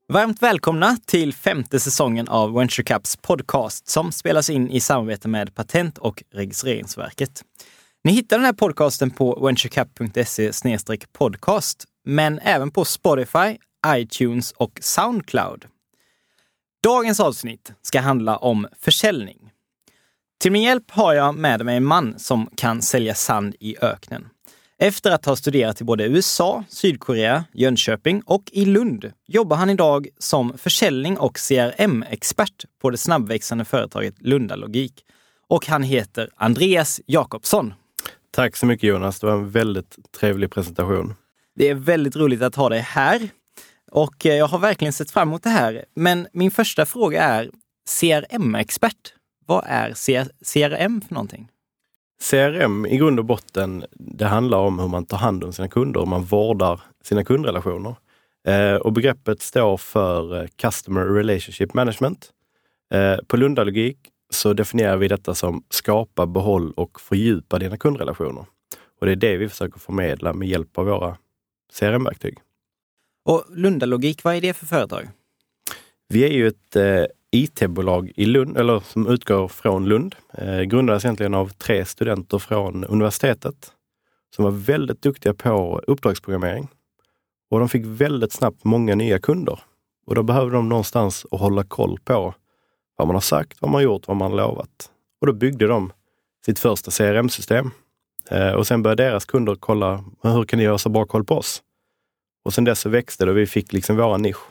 Varmt välkomna till 5:e säsongen av VentureCaps podcast som spelas in i samarbete med Patent- och registreringsverket. Ni hittar den här podcasten på venturecap.se/podcast, men även på Spotify, iTunes och Soundcloud. Dagens avsnitt ska handla om försäljning. Till min hjälp har jag med mig en man som kan sälja sand i öknen. Efter att ha studerat i både USA, Sydkorea, Jönköping och i Lund jobbar han idag som försäljning- och CRM-expert på det snabbväxande företaget Lundalogik. Och han heter Andreas Jakobsson. Tack så mycket Jonas, det var en väldigt trevlig presentation. Det är väldigt roligt att ha dig här och jag har verkligen sett fram emot det här. Men min första fråga är CRM-expert. Vad är CRM för någonting? CRM i grund och botten, det handlar om hur man tar hand om sina kunder och man vårdar sina kundrelationer. Och begreppet står för Customer Relationship Management. På Lundalogik så definierar vi detta som skapa, behåll och fördjupa dina kundrelationer. Och det är det vi försöker förmedla med hjälp av våra CRM-verktyg. Och Lundalogik, vad är det för företag? Vi är ju ett IT-bolag i Lund, eller som utgår från Lund. Grundades egentligen av 3 studenter från universitetet som var väldigt duktiga på uppdragsprogrammering. Och de fick väldigt snabbt många nya kunder. Och då behövde de någonstans att hålla koll på vad man har sagt, vad man har gjort, vad man har lovat. Och då byggde de sitt första CRM-system. Och sen började deras kunder kolla, hur kan ni göra så bra koll på oss? Och sen dess så växte det och vi fick liksom våra nisch.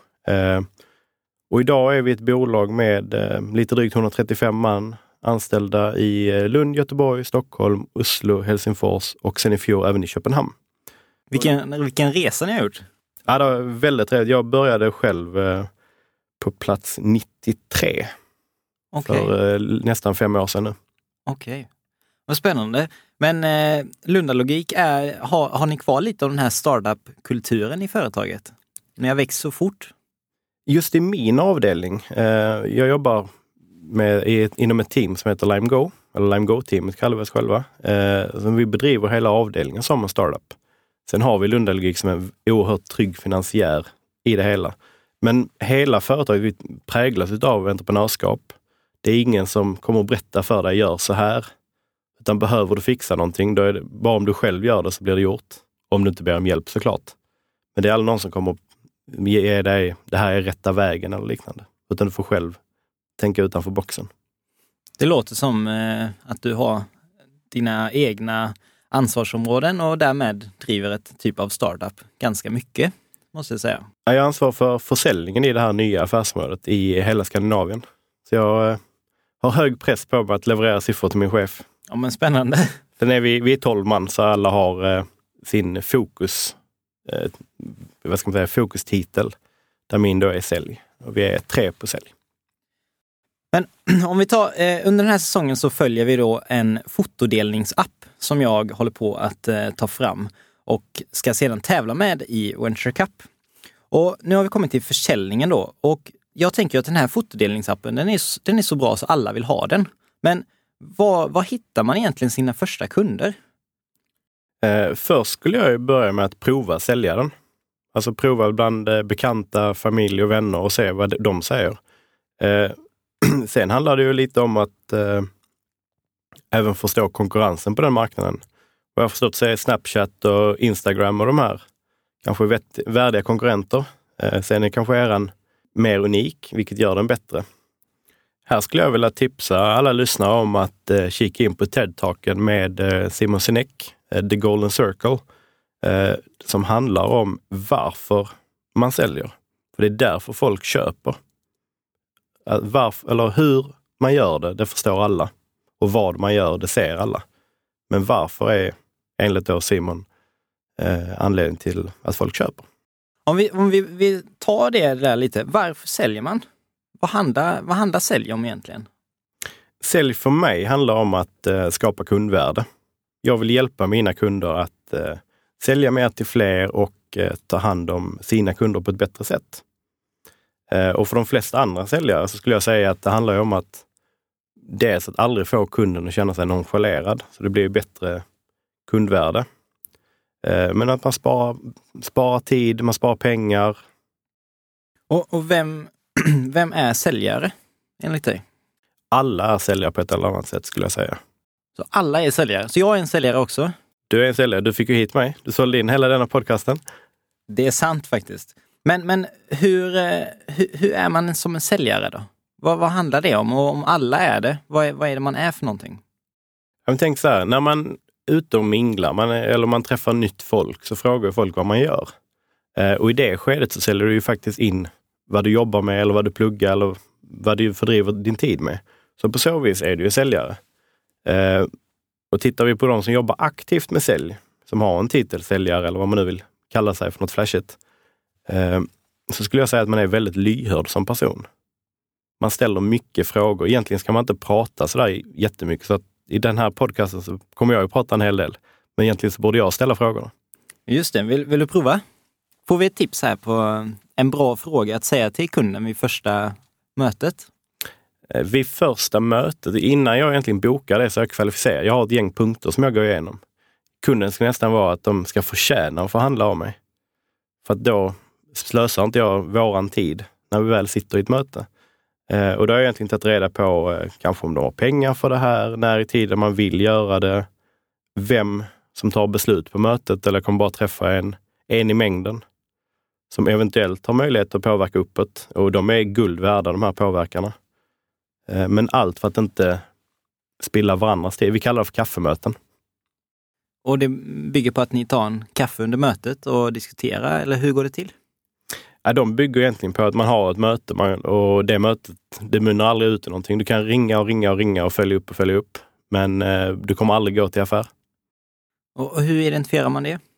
Och idag är vi ett bolag med lite drygt 135 man anställda i Lund, Göteborg, Stockholm, Oslo, Helsingfors och sen i fjol även i Köpenhamn. Vilken resa ni har gjort? Ja, det var väldigt rätt. Jag började själv på plats 93. Okay. För nästan 5 år sedan nu. Okej. Vad spännande. Men Lundalogik har ni kvar lite av den här startup-kulturen i företaget? Ni har växt så fort. Just i min avdelning, jag jobbar inom ett team som heter LimeGo, eller LimeGo-teamet kallar vi oss själva. Så vi bedriver hela avdelningen som en startup. Sen har vi Lundalogik som en oerhört trygg finansiär i det hela. Men hela företaget präglas av entreprenörskap. Det är ingen som kommer att berätta för dig, gör så här. Utan behöver du fixa någonting, då är det bara om du själv gör det så blir det gjort. Om du inte ber om hjälp såklart. Men det är aldrig någon som kommer ge dig, det här är rätta vägen eller liknande. Utan du får själv tänka utanför boxen. Det låter som att du har dina egna ansvarsområden och därmed driver ett typ av startup ganska mycket, måste jag säga. Jag har ansvar för försäljningen i det här nya affärsområdet i hela Skandinavien. Så jag har hög press på mig att leverera siffror till min chef. Ja, men spännande. Sen är vi är 12 man så alla har sin fokustitel, där min då är sälj. Och vi är 3 på sälj. Men om vi tar, under den här säsongen så följer vi då en fotodelningsapp som jag håller på att ta fram och ska sedan tävla med i VentureCap. Och nu har vi kommit till försäljningen då, och jag tänker att den här fotodelningsappen, den är så bra så alla vill ha den. Men var hittar man egentligen sina första kunder? Först skulle jag börja med att prova sälja den. Alltså prova bland bekanta, familj och vänner och se vad de säger. Sen handlar det ju lite om att även förstå konkurrensen på den marknaden. Vad jag har förstått så är Snapchat och Instagram och de här kanske värdiga konkurrenter. Sen är kanske eran mer unik, vilket gör den bättre. Här skulle jag vilja tipsa alla lyssnare om att kika in på TED-talken med Simon Sinek, The Golden Circle, som handlar om varför man säljer. För det är därför folk köper. Eller hur man gör det förstår alla. Och vad man gör, det ser alla. Men varför är, enligt då Simon, anledningen till att folk köper. Om vi tar det där lite, varför säljer man? Vad handlar sälj om egentligen? Sälj för mig handlar om att skapa kundvärde. Jag vill hjälpa mina kunder att sälja mer till fler och ta hand om sina kunder på ett bättre sätt. Och för de flesta andra säljare så skulle jag säga att det handlar om att dels att aldrig få kunden att känna sig nonchalerad. Så det blir bättre kundvärde. Men att man sparar tid, man sparar pengar. Och vem är säljare enligt dig? Alla är säljare på ett eller annat sätt skulle jag säga. Så alla är säljare. Så jag är en säljare också. Du är en säljare. Du fick ju hit mig. Du sålde in hela denna podcasten. Det är sant faktiskt. Men hur är man som en säljare då? Vad handlar det om? Och om alla är det, vad är det man är för någonting? Jag tänker så här, när man är ute och minglar eller man träffar nytt folk så frågar folk vad man gör. Och i det skedet så säljer du ju faktiskt in vad du jobbar med eller vad du pluggar eller vad du fördriver din tid med. Så på så vis är du ju säljare. Och tittar vi på de som jobbar aktivt med sälj, som har en titel säljare eller vad man nu vill kalla sig för något flashigt, så skulle jag säga att man är väldigt lyhörd som person. Man ställer mycket frågor. Egentligen ska man inte prata sådär jättemycket, så att i den här podcasten så kommer jag ju prata en hel del. Men egentligen så borde jag ställa frågorna. Just det, vill du prova? Får vi ett tips här på en bra fråga att säga till kunden vid första mötet? Vid första mötet, innan jag egentligen bokar det så är jag kvalificerad. Jag har ett gäng punkter som jag går igenom. Kunden ska nästan vara att de ska förtjäna att få handla av mig. För att då slösar inte jag våran tid när vi väl sitter i ett möte. Och då har jag egentligen tagit reda på kanske om de har pengar för det här, när i tiden man vill göra det, vem som tar beslut på mötet eller kommer bara träffa en i mängden som eventuellt har möjlighet att påverka uppåt. Och de är guld värda, de här påverkarna. Men allt för att inte spilla varandras tid. Vi kallar det för kaffemöten. Och det bygger på att ni tar en kaffe under mötet och diskuterar, eller hur går det till? Ja, de bygger egentligen på att man har ett möte och det mötet, det mynnar aldrig ut i någonting. Du kan ringa och följa upp. Men du kommer aldrig gå till affär. Och hur identifierar man det?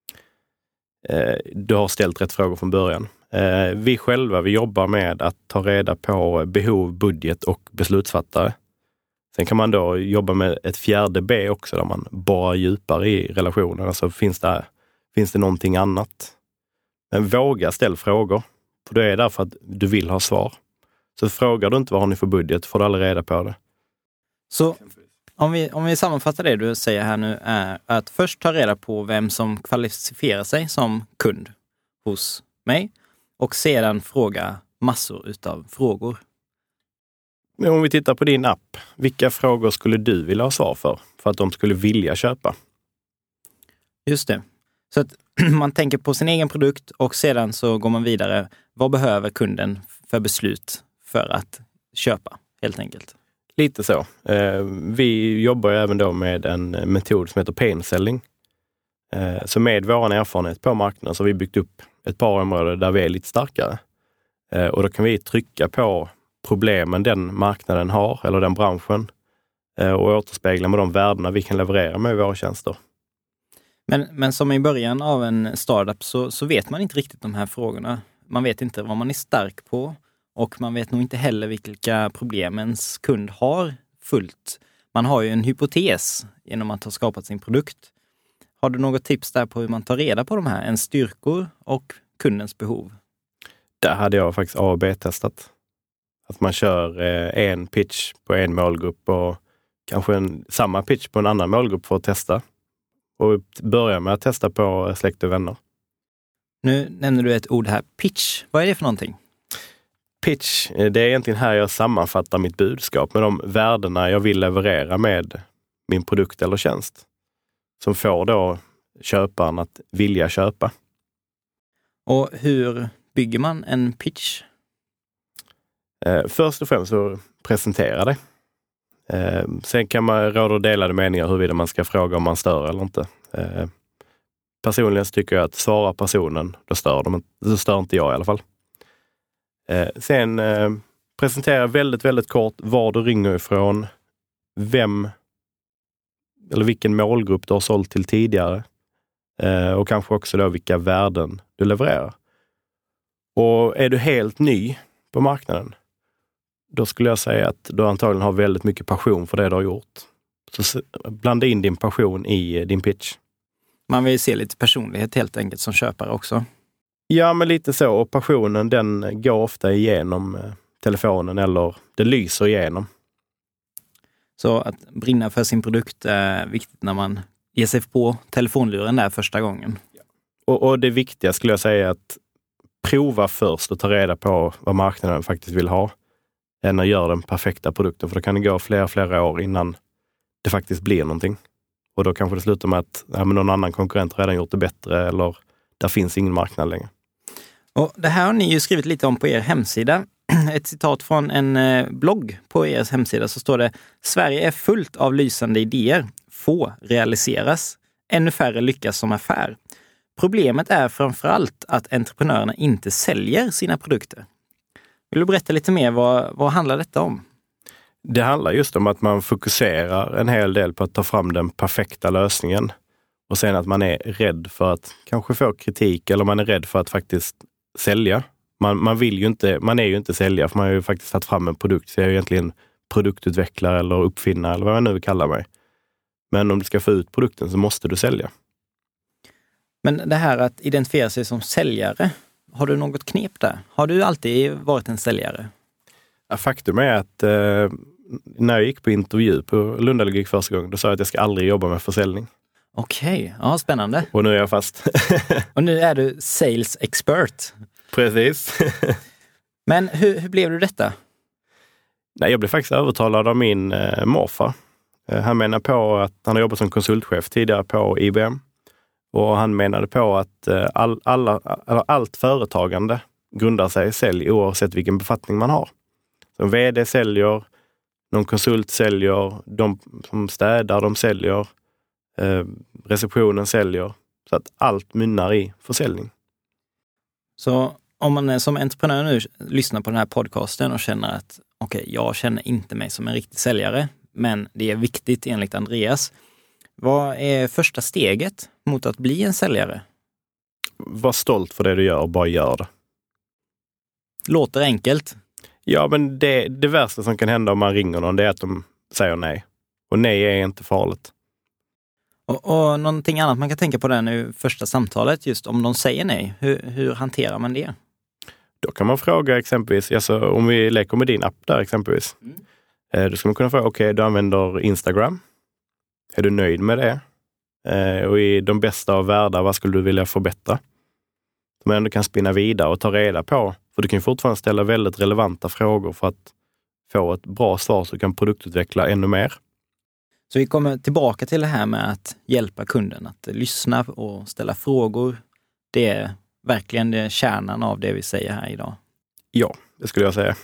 Du har ställt rätt frågor från början. Vi jobbar med att ta reda på behov, budget och beslutsfattare. Sen kan man då jobba med ett fjärde B också, där man borrar djupare i relationen. Alltså finns det någonting annat? Men våga ställa frågor. För det är därför att du vill ha svar. Så frågar du inte vad har ni för budget får du aldrig reda på det. Så om vi sammanfattar det du säger här nu är att först ta reda på vem som kvalificerar sig som kund hos mig och sedan fråga massor utav frågor. Men om vi tittar på din app, vilka frågor skulle du vilja ha svar för att de skulle vilja köpa? Just det. Så att man tänker på sin egen produkt och sedan så går man vidare. Vad behöver kunden för beslut för att köpa, helt enkelt? Lite så. Vi jobbar ju även då med en metod som heter pain selling. Så med vår erfarenhet på marknaden så har vi byggt upp ett par områden där vi är lite starkare. Och då kan vi trycka på problemen den marknaden har, eller den branschen, och återspegla med de värdena vi kan leverera med våra tjänster. Men som i början av en startup så vet man inte riktigt de här frågorna. Man vet inte vad man är stark på och man vet nog inte heller vilka problem ens kund har fullt. Man har ju en hypotes genom att ha skapat sin produkt. Har du något tips där på hur man tar reda på de här, ens styrkor och kundens behov? Där hade jag faktiskt A- och B-testat. Att man kör en pitch på en målgrupp och kanske samma pitch på en annan målgrupp för att testa. Och börja med att testa på släkt och vänner. Nu nämner du ett ord här, pitch. Vad är det för någonting? Pitch, det är egentligen här jag sammanfattar mitt budskap med de värdena jag vill leverera med min produkt eller tjänst. Som får då köparen att vilja köpa. Och hur bygger man en pitch? Först och främst så presentera det. Sen kan man råda delade meningar huruvida man ska fråga om man stör eller inte. Personligen så tycker jag att svara personen, då stör inte jag i alla fall. Sen presentera väldigt, väldigt kort var du ringer ifrån, vem eller vilken målgrupp du har sålt till tidigare och kanske också då vilka värden du levererar. Och är du helt ny på marknaden, då skulle jag säga att du antagligen har väldigt mycket passion för det du har gjort. Så blanda in din passion i din pitch. Man vill se lite personlighet helt enkelt som köpare också. Ja, men lite så. Och passionen, den går ofta igenom telefonen eller det lyser igenom. Så att brinna för sin produkt är viktigt när man ger sig på telefonluren där första gången. Och det viktiga skulle jag säga är att prova först och ta reda på vad marknaden faktiskt vill ha än att göra den perfekta produkten. För då kan det gå flera år innan det faktiskt blir någonting. Och då kanske det slutar med att någon annan konkurrent har redan gjort det bättre eller där finns ingen marknad längre. Och det här har ni ju skrivit lite om på er hemsida. Ett citat från en blogg på er hemsida så står det: Sverige är fullt av lysande idéer. Få realiseras. Ännu färre lyckas som affär. Problemet är framförallt att entreprenörerna inte säljer sina produkter. Vill du berätta lite mer, vad handlar detta om? Det handlar just om att man fokuserar en hel del på att ta fram den perfekta lösningen. Och sen att man är rädd för att kanske få kritik eller man är rädd för att faktiskt sälja. Man är ju inte säljare för man har ju faktiskt tagit fram en produkt. Så jag är egentligen produktutvecklare eller uppfinnare eller vad jag nu vill kalla mig. Men om du ska få ut produkten så måste du sälja. Men det här att identifiera sig som säljare, har du något knep där? Har du alltid varit en säljare? Ja, faktum är att när jag gick på intervju på Lundalogik första gången, då sa jag att jag ska aldrig jobba med försäljning. Okej, ja, spännande. Och nu är jag fast. Och nu är du sales expert. Precis. Men hur blev du detta? Nej, jag blev faktiskt övertalad av min morfar. Han menar på att han har jobbat som konsultchef tidigare på IBM. Och han menade på att allt företagande grundar sig i sälj oavsett vilken befattning man har. Så en vd säljer, någon konsult säljer, de som städar de säljer, receptionen säljer. Så att allt mynnar i försäljning. Så om man som entreprenör nu lyssnar på den här podcasten och känner att jag känner inte mig som en riktig säljare, men det är viktigt enligt Andreas. Vad är första steget mot att bli en säljare? Var stolt för det du gör och bara gör det. Låter enkelt. Ja, men det värsta som kan hända om man ringer någon, det är att de säger nej. Och nej är inte farligt. Och någonting annat man kan tänka på där nu, första samtalet, just om de säger nej. Hur hanterar man det? Då kan man fråga exempelvis, alltså, om vi leker med din app där exempelvis. Då ska man kunna fråga, du använder Instagram. Är du nöjd med det? Och i de bästa av världar, vad skulle du vilja förbättra? Som man ändå kan spinna vidare och ta reda på. För du kan ju fortfarande ställa väldigt relevanta frågor för att få ett bra svar så du kan produktutveckla ännu mer. Så vi kommer tillbaka till det här med att hjälpa kunden att lyssna och ställa frågor. Det är verkligen det kärnan av det vi säger här idag. Ja, det skulle jag säga.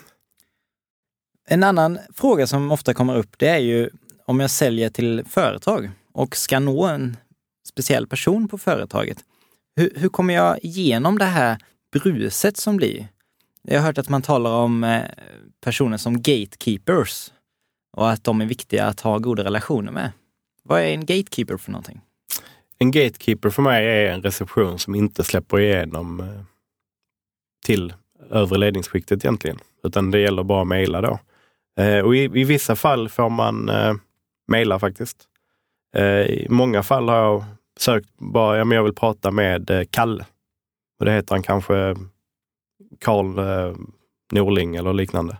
En annan fråga som ofta kommer upp, det är ju om jag säljer till företag och ska nå en speciell person på företaget. Hur kommer jag igenom det här bruset som blir? Jag har hört att man talar om personer som gatekeepers och att de är viktiga att ha goda relationer med. Vad är en gatekeeper för någonting? En gatekeeper för mig är en reception som inte släpper igenom till övre ledningsskiktet egentligen. Utan det gäller bara att mejla då. Och i vissa fall får man mejla faktiskt. I många fall har jag sökt bara, men jag vill prata med Kalle. Och det heter han kanske Karl Norling eller liknande.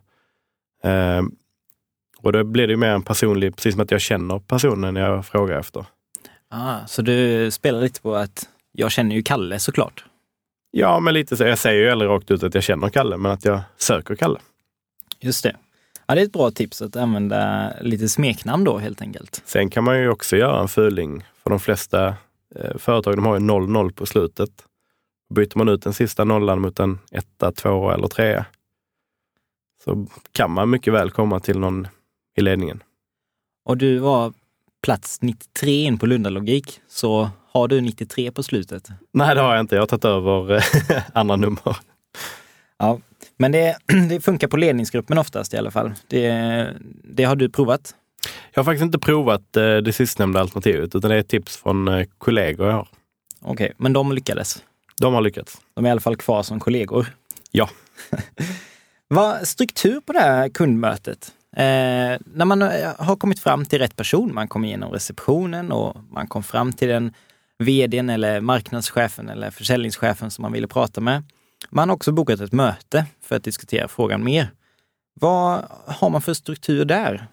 Och då blir det ju mer en personlig, precis som att jag känner personen jag frågar efter. Så du spelar lite på att jag känner ju Kalle såklart. Ja, men lite så. Jag säger ju aldrig rakt ut att jag känner Kalle, men att jag söker Kalle. Just det. Ja, det är ett bra tips att använda lite smeknamn då helt enkelt. Sen kan man ju också göra en fuling. För de flesta företag, de har ju 00 på slutet. Byter man ut den sista nollan mot en 1, 2 eller 3, så kan man mycket väl komma till någon i ledningen. Och du var plats 93 in på Lundalogik, så har du 93 på slutet? Nej, det har jag inte. Jag har tagit över andra nummer. Ja, men det funkar på ledningsgruppen oftast i alla fall. Det har du provat? Jag har faktiskt inte provat det sistnämnda alternativet, utan det är ett tips från kollegor jag har. Okej, men de lyckades? De har lyckats. De är i alla fall kvar som kollegor? Ja. Vad struktur på det här kundmötet? När man har kommit fram till rätt person, man kommer igenom receptionen och man kom fram till den vdn eller marknadschefen eller försäljningschefen som man ville prata med. Man har också bokat ett möte för att diskutera frågan mer. Vad har man för struktur där?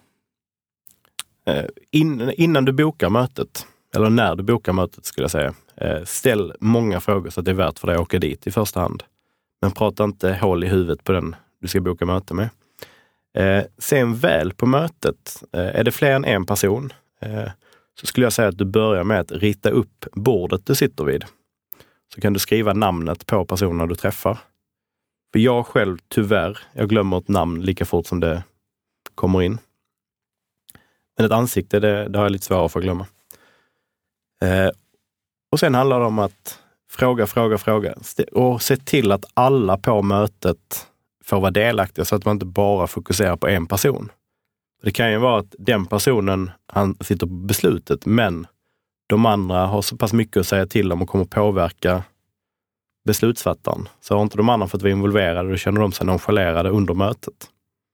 Innan du bokar mötet, eller när du bokar mötet skulle jag säga, ställ många frågor så att det är värt för dig att åka dit i första hand. Men prata inte hål i huvudet på den du ska boka möte med. Sen väl på mötet, är det fler än en person, så skulle jag säga att du börjar med att rita upp bordet du sitter vid. Så kan du skriva namnet på personerna du träffar. För jag själv, tyvärr, jag glömmer ett namn lika fort som det kommer in. Men ett ansikte, det har jag lite svårare för att glömma. Och sen handlar det om att fråga. Och se till att alla på mötet får vara delaktiga så att man inte bara fokuserar på en person. Det kan ju vara att den personen, han sitter på beslutet, men de andra har så pass mycket att säga till om och kommer påverka beslutsfattaren. Så har inte de andra fått vara involverade, då känner de sig nonchalerade under mötet.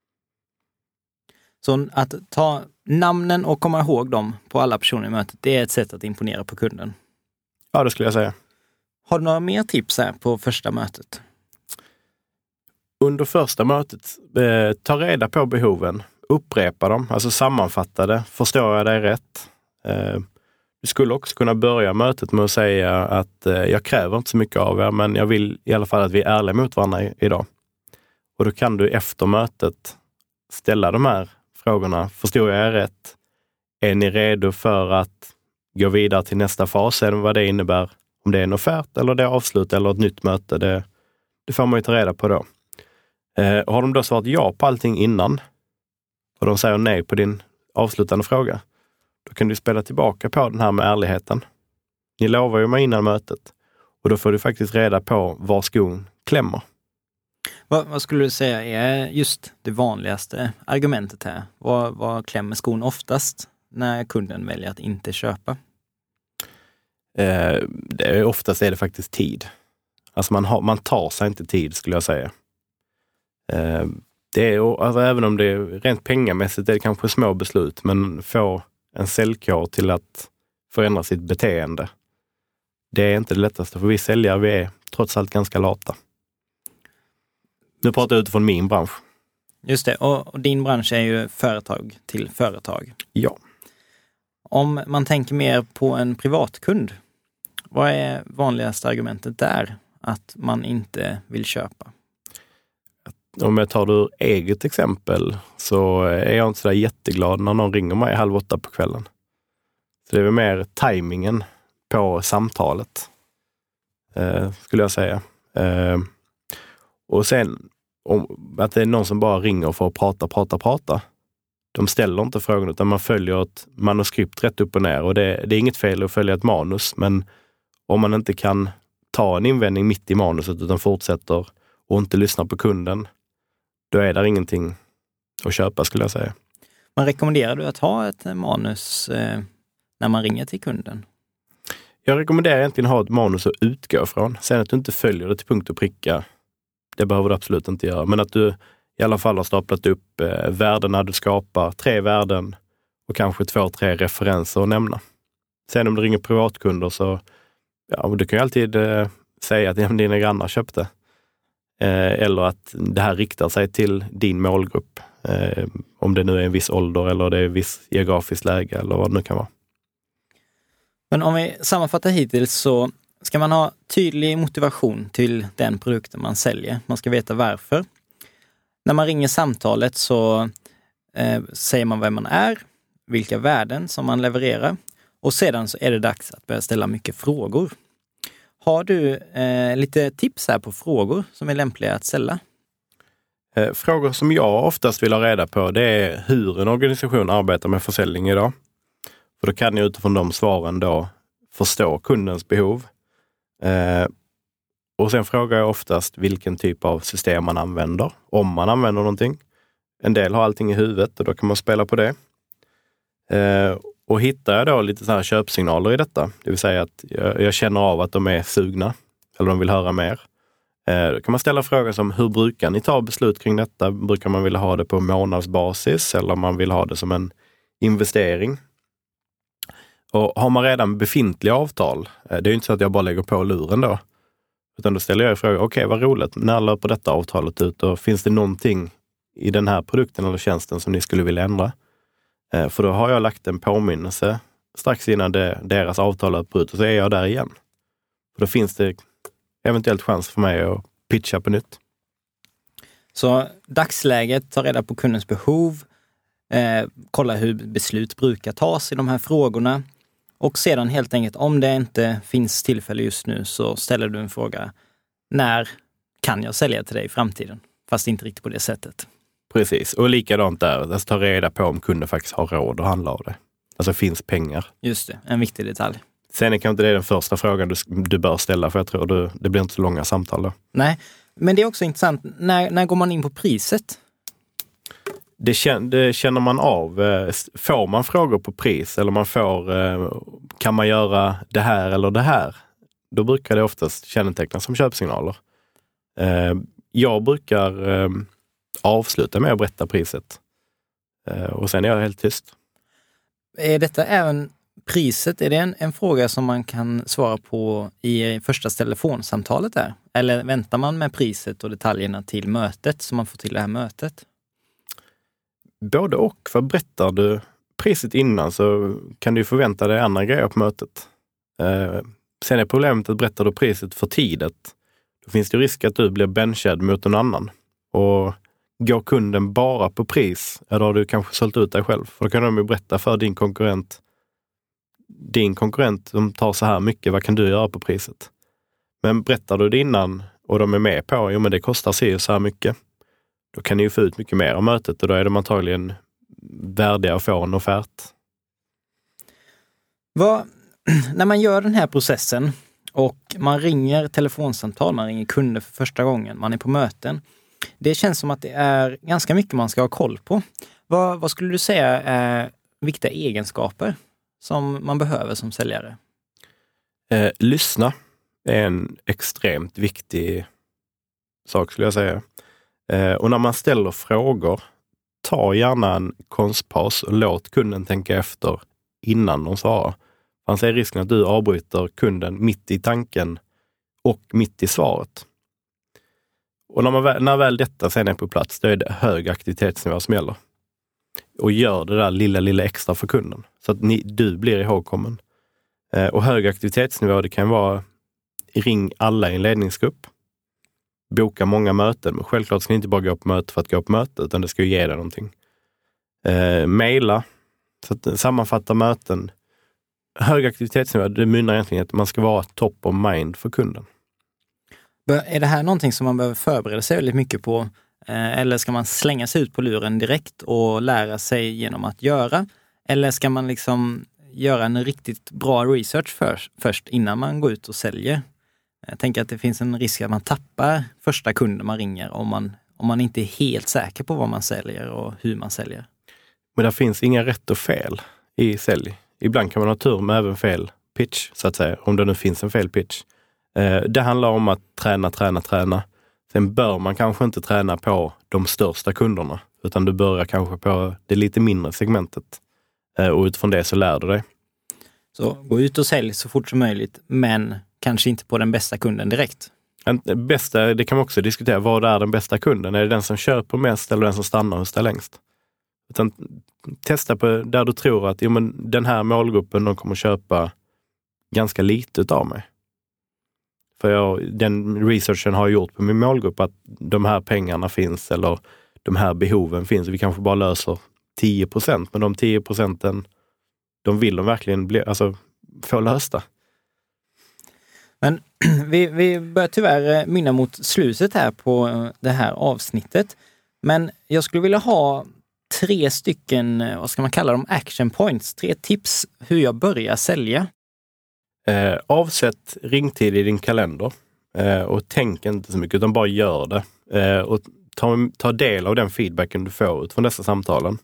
Så att ta namnen och komma ihåg dem på alla personer i mötet, det är ett sätt att imponera på kunden. Ja, det skulle jag säga. Har du några mer tips här på första mötet? Under första mötet, ta reda på behoven. Upprepa dem, alltså sammanfatta det. Förstår jag dig rätt? Du skulle också kunna börja mötet med att säga att jag kräver inte så mycket av er, men jag vill i alla fall att vi är ärliga mot varandra idag. Och då kan du efter mötet ställa de här frågorna. Förstår jag er rätt? Är ni redo för att gå vidare till nästa fas? Än vad det innebär, om det är en offert eller det är avslut eller ett nytt möte. Det får man ju ta reda på då. Har de då svarat ja på allting innan och de säger nej på din avslutande fråga, då kan du spela tillbaka på den här med ärligheten. Ni lovar ju mig innan mötet och då får du faktiskt reda på var skon klämmer. Vad skulle du säga är just det vanligaste argumentet här? Vad klämmer skon oftast när kunden väljer att inte köpa? Oftast är det faktiskt tid. Alltså man tar sig inte tid, skulle jag säga. Det är, alltså, även om det är rent pengamässigt, det är kanske små beslut, men få en säljkår till att förändra sitt beteende. Det är inte det lättaste, för vi säljare, vi är trots allt ganska lata. Nu pratar jag utifrån min bransch. Just det, och din bransch är ju företag till företag. Ja. Om man tänker mer på en privatkund, vad är vanligaste argumentet där att man inte vill köpa? Om jag tar ur eget exempel så är jag inte så där jätteglad när någon ringer mig 7:30 på kvällen. Så det är väl mer tajmingen på samtalet, skulle jag säga. Och sen att det är någon som bara ringer för att prata. De ställer inte frågan utan man följer ett manuskript rätt upp och ner. Och det är inget fel att följa ett manus, men om man inte kan ta en invändning mitt i manuset utan fortsätter och inte lyssnar på kunden, då är det ingenting att köpa, skulle jag säga. Man rekommenderar du att ha ett manus när man ringer till kunden? Jag rekommenderar egentligen att ha ett manus att utgå från. Sen att du inte följer det till punkt och pricka, det behöver du absolut inte göra. Men att du i alla fall har staplat upp värdena du skapar, 3 värden och kanske 2-3 referenser att nämna. Sen om du ringer privatkunder så, ja, du kan ju alltid säga att dina grannar köpte. Eller att det här riktar sig till din målgrupp. Om det nu är en viss ålder eller det är en viss geografiskt läge eller vad det nu kan vara. Men om vi sammanfattar hittills så ska man ha tydlig motivation till den produkten man säljer. Man ska veta varför. När man ringer samtalet så säger man vem man är, vilka värden som man levererar och sedan så är det dags att börja ställa mycket frågor. Har du lite tips här på frågor som är lämpliga att ställa? Frågor som jag oftast vill ha reda på, det är hur en organisation arbetar med försäljning idag. För då kan jag utifrån de svaren då förstå kundens behov. Och sen frågar jag oftast vilken typ av system man använder, om man använder någonting. En del har allting i huvudet och då kan man spela på det. Och hittar jag då lite så här köpsignaler i detta, det vill säga att jag känner av att de är sugna eller de vill höra mer. Då kan man ställa frågor som, hur brukar ni ta beslut kring detta? Brukar man vilja ha det på månadsbasis eller man vill ha det som en investering? Och har man redan befintliga avtal, det är ju inte så att jag bara lägger på luren då. Utan då ställer jag frågan, okej, vad roligt, när löper detta avtalet ut och finns det någonting i den här produkten eller tjänsten som ni skulle vilja ändra? För då har jag lagt en påminnelse strax innan deras avtal löper ut och så är jag där igen. För då finns det eventuellt chans för mig att pitcha på nytt. Så dagsläget, ta reda på kundens behov, kolla hur beslut brukar tas i de här frågorna och sedan helt enkelt, om det inte finns tillfälle just nu, så ställer du en fråga: när kan jag sälja till dig i framtiden? Fast inte riktigt på det sättet. Precis, och likadant där, alltså ta reda på om kunden faktiskt har råd att handla av det. Alltså finns pengar. Just det, en viktig detalj. Sen är kanske inte det den första frågan du bör ställa, för jag tror det blir inte så långa samtal då. Nej, men det är också intressant, när går man in på priset? Det känner man av. Får man frågor på pris eller man får, kan man göra det här eller det här? Då brukar det oftast kännetecknas som köpsignaler. Jag brukar avsluta med att berätta priset. Och sen är jag helt tyst. Är detta även priset? Är det en fråga som man kan svara på i första telefonsamtalet där? Eller väntar man med priset och detaljerna till mötet så man får till det här mötet? Både och. För berättar du priset innan så kan du förvänta dig andra grejer på mötet. Sen är problemet att berättar du priset för tidigt, då finns det risk att du blir benchad mot en annan. Och går kunden bara på pris, då har du kanske sålt ut dig själv. För då kan de ju berätta för din konkurrent som tar så här mycket, vad kan du göra på priset? Men berättar du det innan och de är med på, jo men det kostar sig så här mycket, då kan ni ju få ut mycket mer av mötet och då är de antagligen värdiga att få en offert. När man gör den här processen och man ringer telefonsamtal, man ringer kunder för första gången, man är på möten, det känns som att det är ganska mycket man ska ha koll på. Vad skulle du säga är viktiga egenskaper som man behöver som säljare? Lyssna är en extremt viktig sak, skulle jag säga. Och när man ställer frågor, ta gärna en konstpaus och låt kunden tänka efter innan de svarar. Annars är risken att du avbryter kunden mitt i tanken och mitt i svaret. Och när väl detta sen är på plats, då är det hög aktivitetsnivå som gäller. Och gör det där lilla extra för kunden. Så att du blir ihågkommen. Och hög aktivitetsnivå, det kan vara ring alla i en ledningsgrupp. Boka många möten. Men självklart ska ni inte bara gå på möte för att gå på möte, utan det ska ju ge dig någonting. Maila. Så att sammanfatta möten. Hög aktivitetsnivå, det mynnar egentligen att man ska vara top of mind för kunden. Är det här någonting som man behöver förbereda sig väldigt mycket på? Eller ska man slänga sig ut på luren direkt och lära sig genom att göra? Eller ska man liksom göra en riktigt bra research först innan man går ut och säljer? Jag tänker att det finns en risk att man tappar första kunden man ringer om man inte är helt säker på vad man säljer och hur man säljer. Men det finns inga rätt och fel i sälj. Ibland kan man ha tur med även fel pitch, så att säga, om det nu finns en fel pitch. Det handlar om att träna. Sen bör man kanske inte träna på de största kunderna, utan du börjar kanske på det lite mindre segmentet. Och utifrån det så lär du dig. Så gå ut och sälj så fort som möjligt, men kanske inte på den bästa kunden direkt. Det kan man också diskutera. Vad är den bästa kunden? Är det den som köper mest eller den som stannar hos dig längst? Utan testa på där du tror att den här målgruppen, de kommer köpa ganska lite utav mig. För den researchen har jag gjort på min målgrupp, att de här pengarna finns eller de här behoven finns. Vi kanske bara löser 10%, men de 10% de vill de verkligen få lösta. Men vi börjar tyvärr mynna mot slutet här på det här avsnittet. Men jag skulle vilja ha 3 stycken, vad ska man kalla dem, action points. 3 tips hur jag börjar sälja. Avsätt ringtid i din kalender. Och tänk inte så mycket, utan bara gör det. Och ta del av den feedbacken du får ut från dessa samtalen.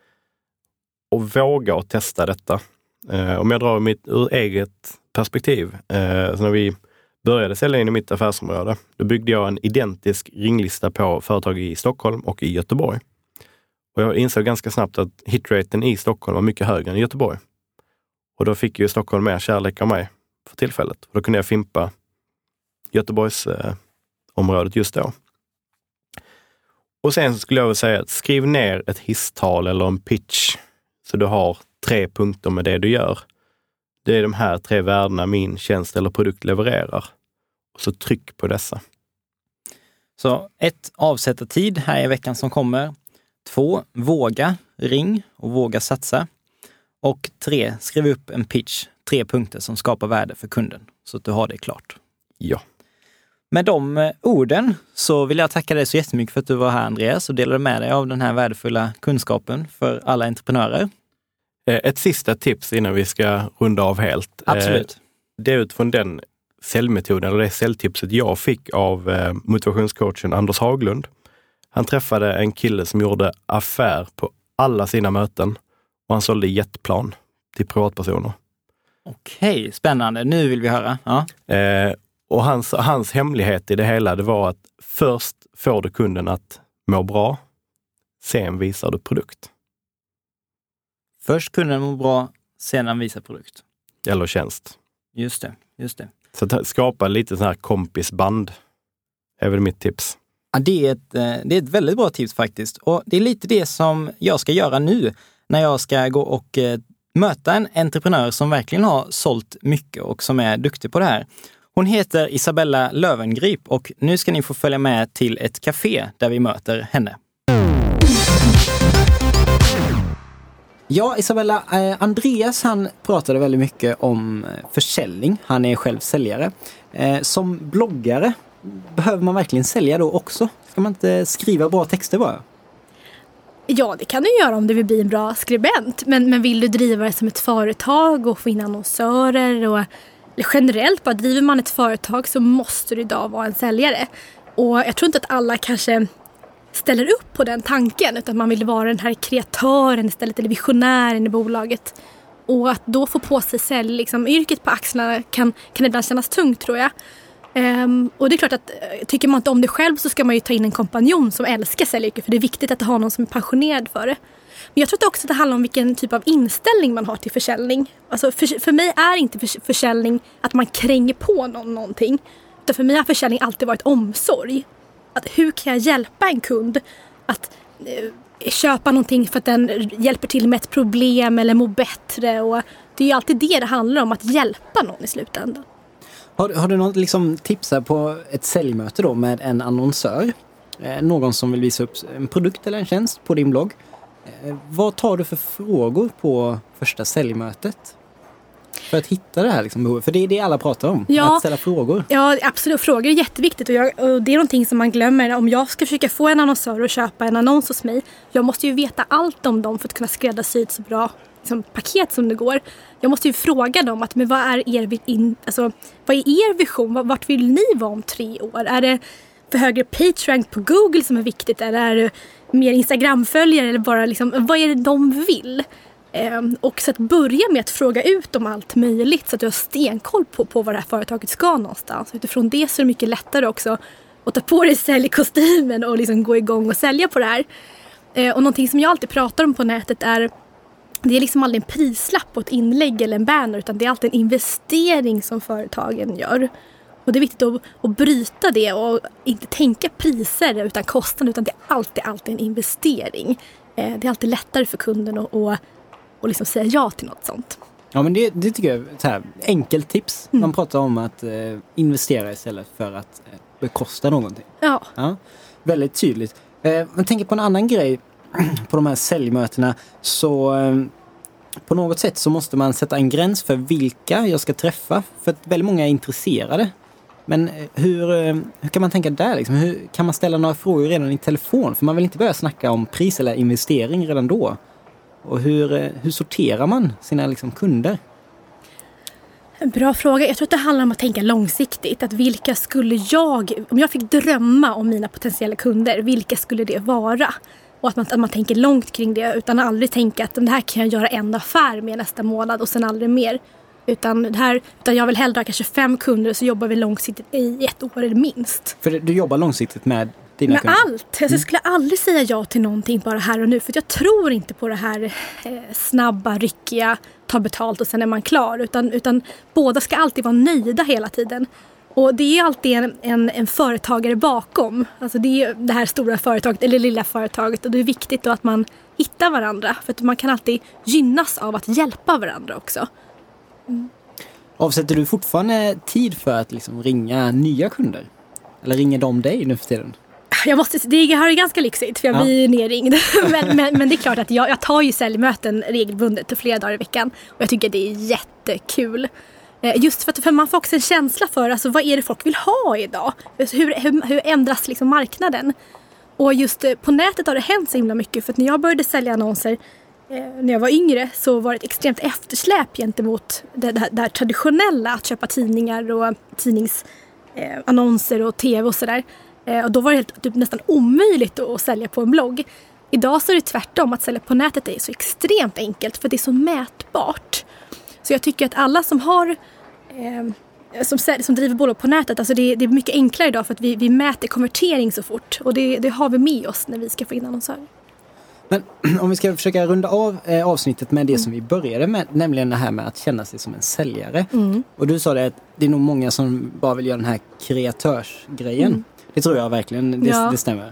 Och våga och testa detta. Om jag drar mitt ur eget perspektiv. Så när vi började sälja in i mitt affärsområde, då byggde jag en identisk ringlista på företag i Stockholm och i Göteborg. Och jag insåg ganska snabbt att hitraten i Stockholm var mycket högre än i Göteborg. Och då fick ju Stockholm mer kärlek av mig för tillfället. Och då kunde jag fimpa Göteborgs området just då. Och sen så skulle jag väl säga att skriv ner ett hisstal eller en pitch. Så du har 3 punkter med det du gör. Det är de här 3 värdena min tjänst eller produkt levererar. Och så tryck på dessa. Så 1. Avsätta tid här i veckan som kommer. 2. Våga ring och våga satsa. Och 3. Skriv upp en pitch. 3 punkter som skapar värde för kunden. Så att du har det klart. Ja. Med de orden så vill jag tacka dig så jättemycket för att du var här, Andreas, och delade med dig av den här värdefulla kunskapen för alla entreprenörer. Ett sista tips innan vi ska runda av helt. Absolut. Det är utifrån den säljmetoden, eller det säljtipset jag fick av motivationscoachen Anders Haglund. Han träffade en kille som gjorde affär på alla sina möten och han sålde jetplan till privatpersoner. Okej, spännande. Nu vill vi höra. Ja. Och hans hemlighet i det hela, det var att först får du kunden att må bra, sen visar du produkt. Först kunden mår bra, sedan visar produkt. Eller tjänst. Just det. Så att skapa lite sån här kompisband är väl mitt tips. Ja, det är ett väldigt bra tips faktiskt. Och det är lite det som jag ska göra nu när jag ska gå och möta en entreprenör som verkligen har sålt mycket och som är duktig på det här. Hon heter Isabella Lövengrip och nu ska ni få följa med till ett café där vi möter henne. Ja, Isabella, Andreas han pratade väldigt mycket om försäljning. Han är själv säljare. Som bloggare, behöver man verkligen sälja då också? Ska man inte skriva bra texter bara? Ja, det kan du göra om du vill bli en bra skribent. Men vill du driva det som ett företag och få in annonsörer och generellt bara driver man ett företag så måste du idag vara en säljare. Och jag tror inte att alla kanske ställer upp på den tanken utan man vill vara den här kreatören istället eller visionären i bolaget. Och att då få på sig yrket på axlarna kan ibland kännas tungt, tror jag. Och det är klart att tycker man inte om det själv så ska man ju ta in en kompanjon som älskar säljyrket, för det är viktigt att ha någon som är passionerad för det. Men jag tror också att det handlar om vilken typ av inställning man har till försäljning. Alltså för mig är inte försäljning att man kränger på någonting. Utan för mig har försäljning alltid varit omsorg. Att hur kan jag hjälpa en kund att köpa någonting för att den hjälper till med ett problem eller må bättre. Och det är ju alltid det handlar om, att hjälpa någon i slutändan. Har du något tips här på ett säljmöte då med en annonsör? Någon som vill visa upp en produkt eller en tjänst på din blogg. Vad tar du för frågor på första säljmötet? För att hitta det här behovet. För det är det alla pratar om. Ja, att ställa frågor. Ja, absolut. Frågor är jätteviktigt. Och det är någonting som man glömmer. Om jag ska försöka få en annonsör att köpa en annons hos mig. Jag måste ju veta allt om dem för att kunna skräddarsy ett så bra paket som det går. Jag måste ju fråga dem men vad är er vision? Vart vill ni vara om 3 år? Är det för högre PageRank på Google som är viktigt? Eller är det mer Instagram-följare? Eller bara vad är det de vill? Och så att börja med att fråga ut om allt möjligt så att du har stenkoll på vad det här företaget ska någonstans. Utifrån det så är det mycket lättare också att ta på dig säljkostymen och gå igång och sälja på det här. Och någonting som jag alltid pratar om på nätet är, det är aldrig en prislapp på ett inlägg eller en banner, utan det är alltid en investering som företagen gör. Och det är viktigt att bryta det och inte tänka priser utan kostnader, utan det är alltid en investering. Det är alltid lättare för kunden att säga ja till något sånt. Ja, men det tycker jag är ett här enkelt tips. Man pratar om att investera istället för att bekosta någonting. Ja. Väldigt tydligt. Man tänker på en annan grej på de här säljmötena, så på något sätt så måste man sätta en gräns för vilka jag ska träffa, för att väldigt många är intresserade. Men hur kan man tänka där? Hur kan man ställa några frågor redan i telefon? För man vill inte börja snacka om pris eller investering redan då. Och hur sorterar man sina kunder? En bra fråga. Jag tror att det handlar om att tänka långsiktigt. Att vilka skulle om jag fick drömma om mina potentiella kunder, vilka skulle det vara? Och att man tänker långt kring det, utan att aldrig tänka att det här kan jag göra en affär med nästa månad och sen aldrig mer. Utan jag vill hellre ha kanske 5 kunder, så jobbar vi långsiktigt i 1 år eller minst. För du jobbar långsiktigt med dina kunder? Med allt. Jag skulle aldrig säga ja till någonting bara här och nu. För jag tror inte på det här snabba, ryckiga, ta betalt och sen är man klar. Utan båda ska alltid vara nöjda hela tiden. Och det är alltid en företagare bakom. Alltså det är det här stora företaget eller lilla företaget. Och det är viktigt då att man hittar varandra. För att man kan alltid gynnas av att hjälpa varandra också. Avsätter du fortfarande tid för att ringa nya kunder? Eller ringer de dig nu för tiden? Det har ju ganska lyxigt för jag blir nerringd. men det är klart att jag tar ju säljmöten regelbundet flera dagar i veckan. Och jag tycker det är jättekul. Just för man får också en känsla för alltså, vad är det folk vill ha idag? Hur ändras liksom marknaden? Och just på nätet har det hänt så himla mycket. För att när jag började sälja annonser när jag var yngre så var det ett extremt eftersläp gentemot det här traditionella. Att köpa tidningar och tidningsannonser och tv och sådär. Och då var det typ nästan omöjligt att sälja på en blogg. Idag så är det tvärtom, att sälja på nätet är så extremt enkelt för det är så mätbart. Så jag tycker att alla som har som driver bolag på nätet, alltså det är mycket enklare idag för att vi mäter konvertering så fort. Och det har vi med oss när vi ska få in annonsörer. Men om vi ska försöka runda av avsnittet med det som vi började med, nämligen det här med att känna sig som en säljare. Och du sa det att det är nog många som bara vill göra den här kreatörsgrejen. Det tror jag verkligen, det stämmer.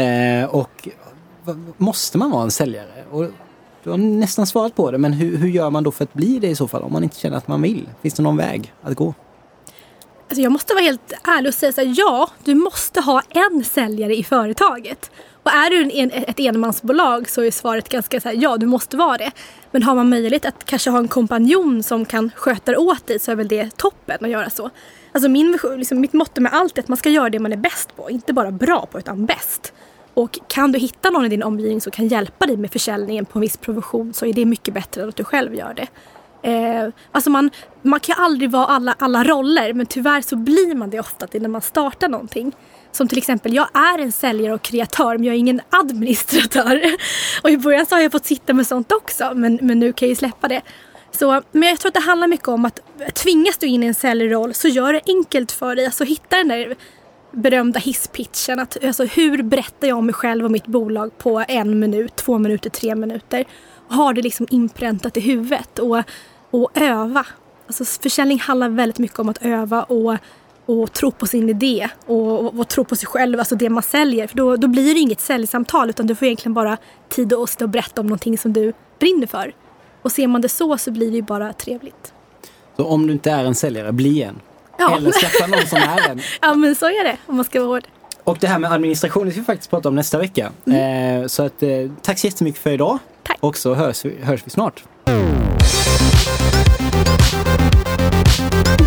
Och måste man vara en säljare? Och du har nästan svarat på det, men hur gör man då för att bli det i så fall om man inte känner att man vill? Finns det någon väg att gå? Alltså jag måste vara helt ärlig och säga så här, ja, du måste ha en säljare i företaget. Och är du ett enmansbolag så är svaret ganska så här, ja, du måste vara det. Men har man möjlighet att kanske ha en kompanjon som kan sköta det åt dig så är väl det toppen att göra så. Alltså mitt motto med allt är att man ska göra det man är bäst på. Inte bara bra på utan bäst. Och kan du hitta någon i din omgivning som kan hjälpa dig med försäljningen på en viss provision så är det mycket bättre än att du själv gör det. Alltså man kan aldrig vara alla roller, men tyvärr så blir man det ofta när man startar någonting. Som till exempel, jag är en säljare och kreatör, men jag är ingen administratör. Och i början så har jag fått sitta med sånt också, men nu kan jag ju släppa det. Men jag tror att det handlar mycket om att tvingas du in i en säljroll så gör det enkelt för dig. Alltså hitta den där berömda hisspitchen. Alltså hur berättar jag om mig själv och mitt bolag på 1 minut, 2 minuter, 3 minuter. Och har det liksom inpräntat i huvudet och öva. Alltså försäljning handlar väldigt mycket om att öva och tro på sin idé och tro på sig själv, alltså det man säljer. För då blir det inget säljsamtal utan du får egentligen bara tid att berätta om någonting som du brinner för. Och ser man det så blir det ju bara trevligt. Så om du inte är en säljare, bli en. Ja. Eller skaffa någon som är en. Ja, men så är det om man ska vara hård. Och det här med administration ska vi faktiskt prata om nästa vecka. Så att, tack så jättemycket för idag. Tack. Och så hörs vi snart.